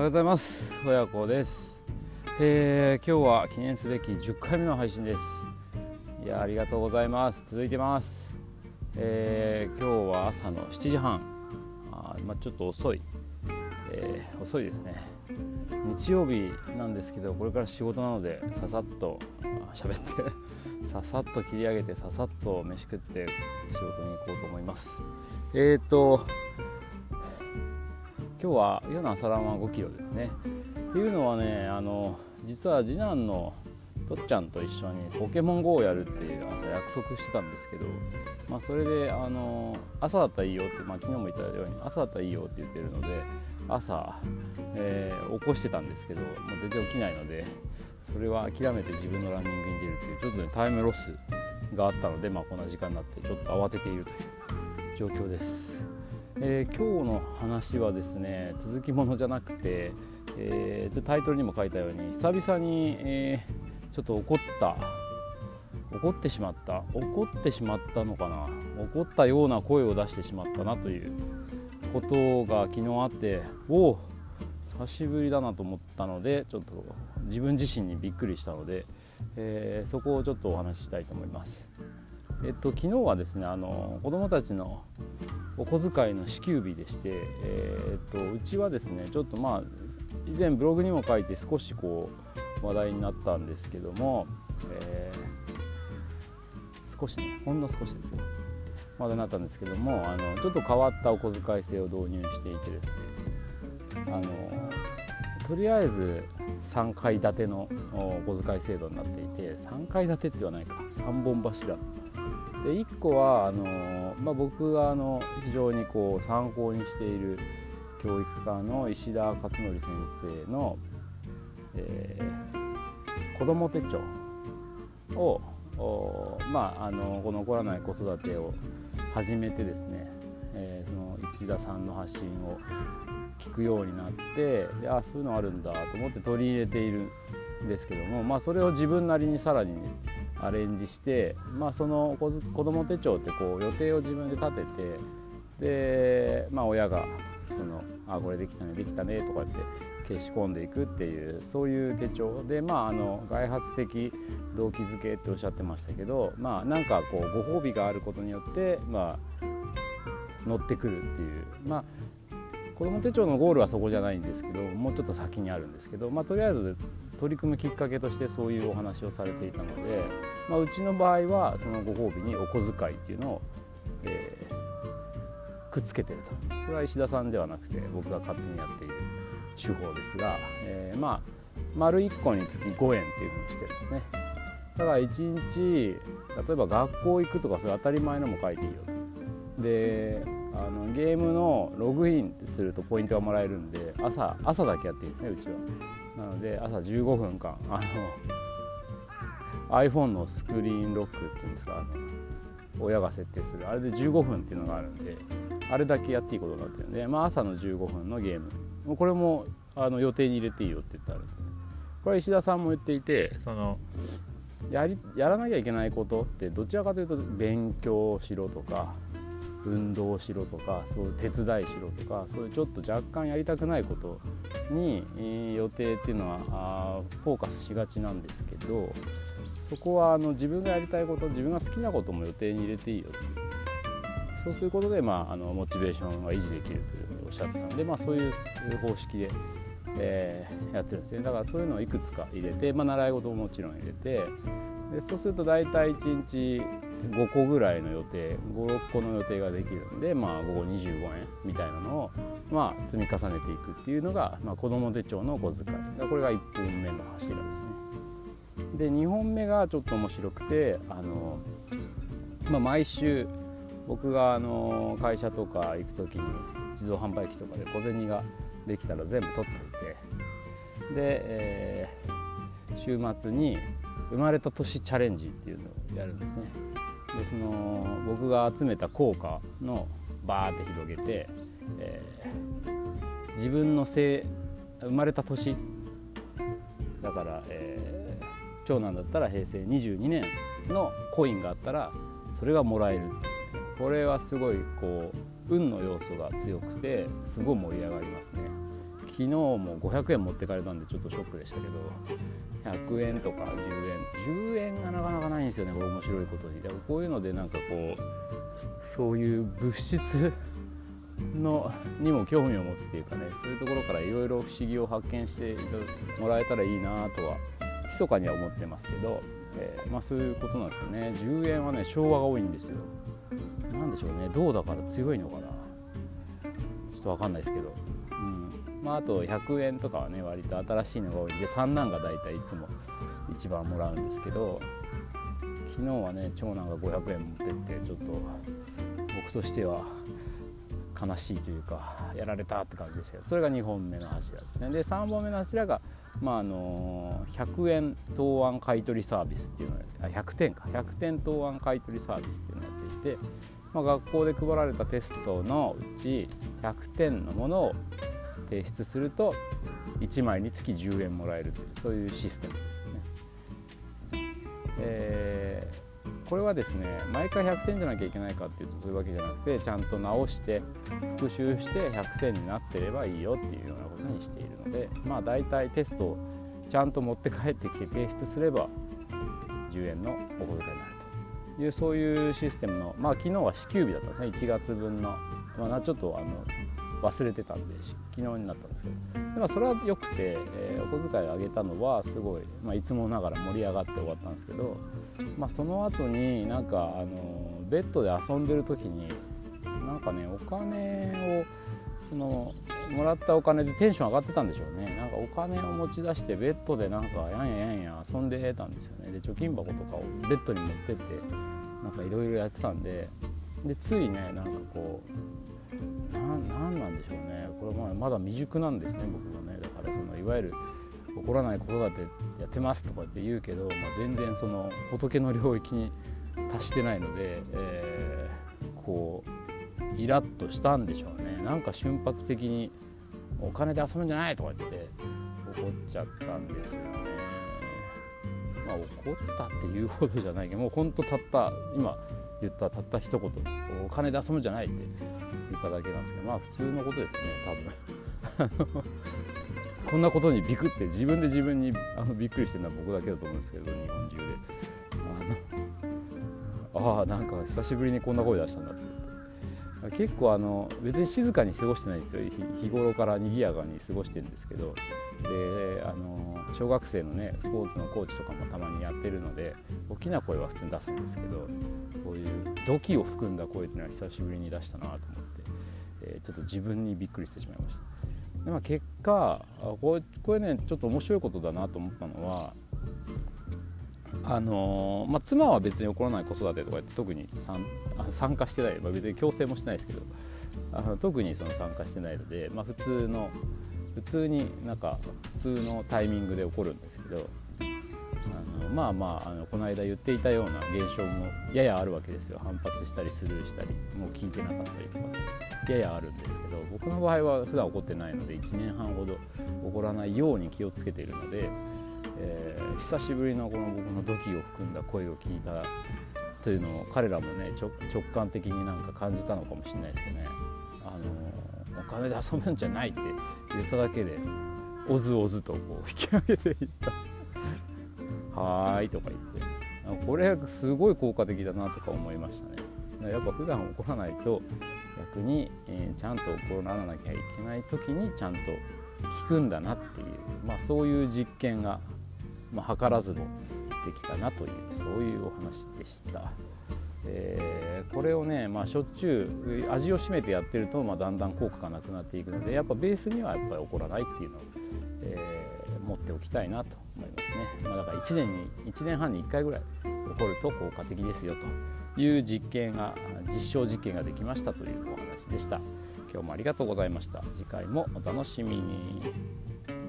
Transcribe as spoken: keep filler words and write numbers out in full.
おはようございます。親子です。えー、今日は記念すべきじゅっかいめの配信です。いやありがとうございます。続いてます。えー、今日は朝のしちじはん、あ、まあ、ちょっと遅い、えー、遅いですね。日曜日なんですけど、これから仕事なのでささっと喋ってささっと切り上げてささっと飯食って仕事に行こうと思います。えーと今日は夜の朝ランはごキロですね。っていうのはね、あの実は次男のとっちゃんと一緒にポケモン ゴー をやるっていう朝約束してたんですけど、まあ、それであの朝だったらいいよって、まあ、昨日も言ったように朝だったらいいよって言ってるので朝、えー、起こしてたんですけど、もう全然起きないので、それは諦めて自分のランニングに出るというちょっと、ね、タイムロスがあったので、まあ、こんな時間になってちょっと慌てているという状況です。えー、今日の話はですね、続きものじゃなくて、えー、タイトルにも書いたように久々に、えー、ちょっと怒った怒ってしまった怒ってしまったのかな怒ったような声を出してしまったなということが昨日あって、おお久しぶりだなと思ったので、ちょっと自分自身にびっくりしたので、えー、そこをちょっとお話ししたいと思います。えっと、昨日はですね、あの子どもたちのお小遣いの支給日でして、えー、っとうちはですね、ちょっとまあ以前ブログにも書いて少しこう話題になったんですけども、えー、少しねほんの少しですよ話題になったんですけども、あのちょっと変わったお小遣い制を導入していてですね、あのとりあえずさんかい建てのお小遣い制度になっていて、さんかい建てって言わないかさんぼん柱で、いっこはあの、まあ、僕があの非常にこう参考にしている教育家の石田勝則先生の、えー、子ども手帳を、まあ、あのこの怒らない子育てを始めてですね、えー、その石田さんの発信を聞くようになって、であそういうのあるんだと思って取り入れているんですけども、まあ、それを自分なりにさらに、ね、アレンジして、まあ、その子ども手帳ってこう予定を自分で立てて、で、まあ、親がそのあこれできたねできたねとかって消し込んでいくっていう、そういう手帳で、まあ、あの外発的動機づけっておっしゃってましたけど、まあ、なんかこうご褒美があることによって、まあ、乗ってくるっていう、まあ子ども手帳のゴールはそこじゃないんですけど、もうちょっと先にあるんですけど、まあ、とりあえず取り組むきっかけとしてそういうお話をされていたので、まあ、うちの場合はそのご褒美にお小遣いっていうのを、えー、くっつけてると。これは石田さんではなくて僕が勝手にやっている手法ですが、えー、まあ丸いっこにつきごえんっていうふうにしてるんですね。だからいちにち例えば学校行くとか、それ当たり前のも書いていいよと。であのゲームのログインするとポイントがもらえるんで、朝朝だけやっていいですね、うちは。なので朝じゅうごふんかんあの iPhone のスクリーンロックっていうんですか、あの親が設定するあれでじゅうごふんっていうのがあるんで、あれだけやっていいことになってるんで、まあ、朝のじゅうごふんのゲーム、これもあの予定に入れていいよって言ってあるんですね。これは石田さんも言っていて、そのやりやらなきゃいけないことってどちらかというと勉強しろとか運動しろとか、そういう手伝いしろとか、そういうちょっと若干やりたくないことに予定っていうのはフォーカスしがちなんですけど、そこはあの自分がやりたいこと、自分が好きなことも予定に入れていいよっていう、そうすることで、まあ、あのモチベーションが維持できるというふうにおっしゃってたので、まあ、そういう方式で、えー、やってるんですね。だからそういうのをいくつか入れて、まあ、習い事ももちろん入れて、でそうすると大体いちにちごこぐらいの予定、ごろっこの予定ができるんで、まあ、午後にじゅうごえんみたいなのを、まあ、積み重ねていくっていうのが、まあ、子ども手帳のお小遣い。これがいっぽんめの柱ですね。でにほんめがちょっと面白くて、あの、まあ、毎週僕があの会社とか行く時に自動販売機とかで小銭ができたら全部取っておいて、で、えー、週末に生まれた年チャレンジっていうのをやるんですね。でその僕が集めた効果のバーって広げて、えー、自分の生生まれた年だから、えー、長男だったらへいせいにじゅうにねんのコインがあったらそれがもらえる。これはすごいこう運の要素が強くてすごい盛り上がりますね。 昨日もごひゃくえん持ってかれたんでちょっとショックでしたけど、ひゃくえんとかじゅうえんじゅうえんがなかなかないんですよね。これ面白いことに。でもこういうのでなんかこうそういう物質のにも興味を持つっていうかね、そういうところからいろいろ不思議を発見してもらえたらいいなとは密かには思ってますけど、えー、まあそういうことなんですよね。じゅうえんはね昭和が多いんですよ。なんでしょうね、銅だから強いのかな、ちょっと分かんないですけど、うんまあ、あとひゃくえんとかはね割と新しいのが多いんで、三男がだいたいいつも一番もらうんですけど、昨日はね長男がごひゃくえん持ってってちょっと僕としては悲しいというかやられたって感じでしたけど、それがにほんめの柱ですね。でさんぼんめの柱が、まあ、あのひゃくえん答案買取サービスっていうのをあひゃくてんかひゃくてん答案買取サービスっていうのをやっていて、まあ、学校で配られたテストのうちひゃくてんのものを提出するといちまいにつきじゅうえんもらえるという、そういうシステムですね。えーこれはですね毎回ひゃくてんじゃなきゃいけないかっていうとそういうわけじゃなくて、ちゃんと直して復習してひゃくてんになってればいいよっていうようなことにしているので、まあ大体テストをちゃんと持って帰ってきて提出すればじゅうえんのお小遣いになるという、そういうシステムの、まあ昨日は支給日だったんですね。いちがつぶんの、まあ、ちょっとあの忘れてたんで昨日になったんですけど、で、まあ、それは良くて、えー、お小遣いをあげたのはすごい、まあ、いつもながら盛り上がって終わったんですけど、まあ、その後になんかあのベッドで遊んでる時になんかねお金をそのもらったお金でテンション上がってたんでしょうね。なんかお金を持ち出してベッドでなんかやんややんや遊んでたんですよね。で貯金箱とかをベッドに持ってってなんかいろいろやってたんで、でついねなんかこうな ん, なんなんでしょうね、これまだ未熟なんですね僕はね。だからそのいわゆる怒らない子育てやってますとかって言うけど、まあ、全然その仏の領域に達してないので、えー、こうイラッとしたんでしょうね。なんか瞬発的にお金で遊ぶんじゃないとか言って怒っちゃったんですよね。まあ怒ったっていうほどじゃないけど、もうほんとたった今言ったたった一言お金で遊ぶんじゃないって言っただけなんですけど、まあ普通のことですね多分こんなことにビクって自分で自分にあのびっくりしてるのは僕だけだと思うんですけど、日本中であのああなんか久しぶりにこんな声出したんだと思って、結構あの別に静かに過ごしてないんですよ。日頃から賑やかに過ごしてるんですけど、であの小学生のねスポーツのコーチとかもたまにやってるので大きな声は普通に出すんですけど、こういう土器を含んだ声っていうのは久しぶりに出したなと思って、えー、ちょっと自分にびっくりしてしまいました。でまあ、結果これ、これねちょっと面白いことだなと思ったのは、あのーまあ、妻は別に怒らない子育てとかって特に参参加してない、まあ、別に強制もしてないですけど、あの特にその参加してないので、まあ、普通の普通になんか普通のタイミングで起こるんですけど、あのまあまあ、あのこの間言っていたような現象もややあるわけですよ。反発したりスルーしたりもう聞いてなかったりとかややあるんですけど、僕の場合は普段怒ってないのでいちねんはんほど怒らないように気をつけているので、えー、久しぶりのこの僕の土器を含んだ声を聞いたというのを彼らもね直感的になんか感じたのかもしれないですけどね。あのお金で遊ぶんじゃないって言っただけでおずおずとこう引き上げていったはーいとか言って、これすごい効果的だなとか思いましたね。やっぱ普段怒らないと逆に、えー、ちゃんと怒らなきゃいけない時にちゃんと聞くんだなっていう、まあ、そういう実験が、まあ、図らずもできたなというそういうお話でした。えー、これをね、まあ、しょっちゅう味を占めてやってると、まあ、だんだん効果がなくなっていくので、やっぱベースにはやっぱり怒らないっていうのを、えー、持っておきたいなと思いますね。まあ、だからいちねんにいちねんはんにいっかいぐらい怒ると効果的ですよという実験が実証実験ができましたというお話でした。今日もありがとうございました。次回もお楽しみに。